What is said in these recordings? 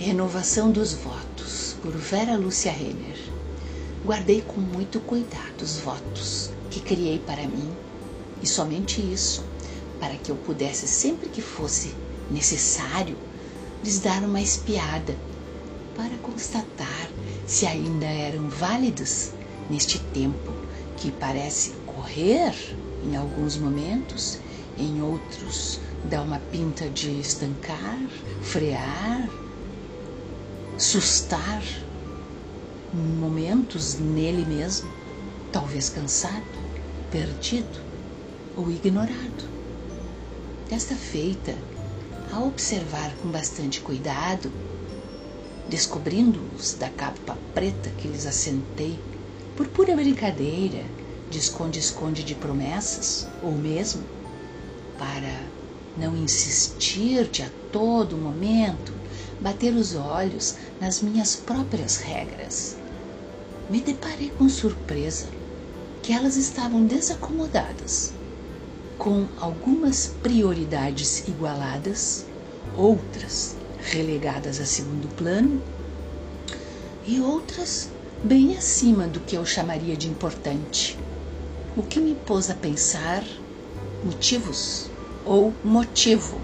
Renovação dos votos, por Vera Lúcia Renner. Guardei com muito cuidado os votos que criei para mim, e somente isso, para que eu pudesse, sempre que fosse necessário, lhes dar uma espiada, para constatar se ainda eram válidos neste tempo que parece correr em alguns momentos, em outros dá uma pinta de estancar, frear, sustar, momentos nele mesmo, talvez cansado, perdido ou ignorado. Desta feita, ao observar com bastante cuidado, descobrindo-os da capa preta que lhes assentei, por pura brincadeira, de esconde-esconde de promessas, ou mesmo para não insistir de a todo momento bater os olhos nas minhas próprias regras, me deparei com surpresa que elas estavam desacomodadas, com algumas prioridades igualadas, outras relegadas a segundo plano e outras bem acima do que eu chamaria de importante, o que me pôs a pensar motivos ou motivo.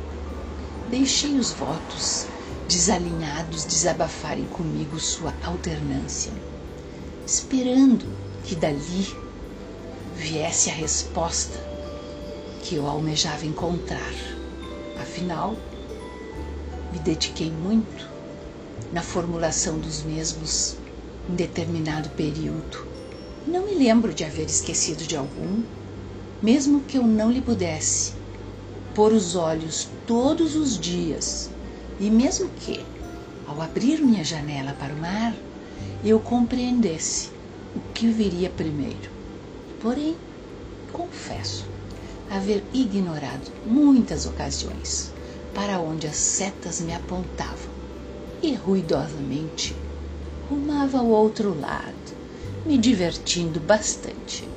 Deixei os votos desalinhados desabafarem comigo sua alternância, esperando que dali viesse a resposta que eu almejava encontrar. Afinal, me dediquei muito na formulação dos mesmos em determinado período. Não me lembro de haver esquecido de algum, mesmo que eu não lhe pudesse pôr os olhos todos os dias, e mesmo que, ao abrir minha janela para o mar, eu compreendesse o que viria primeiro. Porém, confesso haver ignorado muitas ocasiões para onde as setas me apontavam e ruidosamente rumava ao outro lado, me divertindo bastante.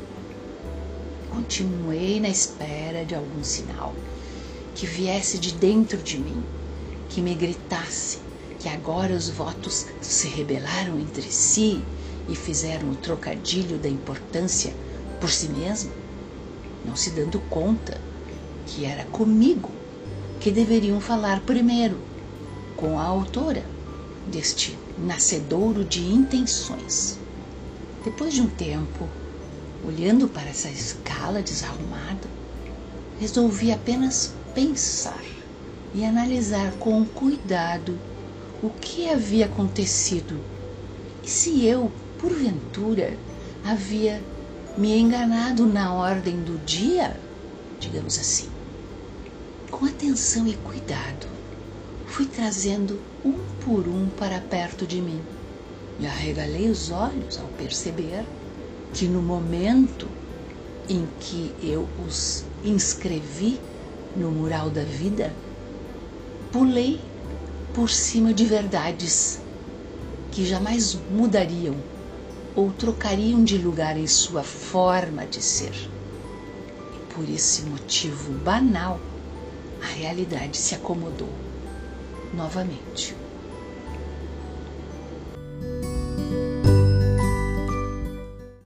Continuei na espera de algum sinal que viesse de dentro de mim, que me gritasse que agora os votos se rebelaram entre si e fizeram o trocadilho da importância por si mesmo, não se dando conta que era comigo que deveriam falar primeiro, com a autora deste nascedouro de intenções. Depois de um tempo, olhando para essa escala desarrumada, resolvi apenas pensar e analisar com cuidado o que havia acontecido e se eu, porventura, havia me enganado na ordem do dia, digamos assim. Com atenção e cuidado, fui trazendo um por um para perto de mim e arregalei os olhos ao perceber que no momento em que eu os inscrevi no mural da vida, pulei por cima de verdades que jamais mudariam ou trocariam de lugar em sua forma de ser. E por esse motivo banal, a realidade se acomodou novamente.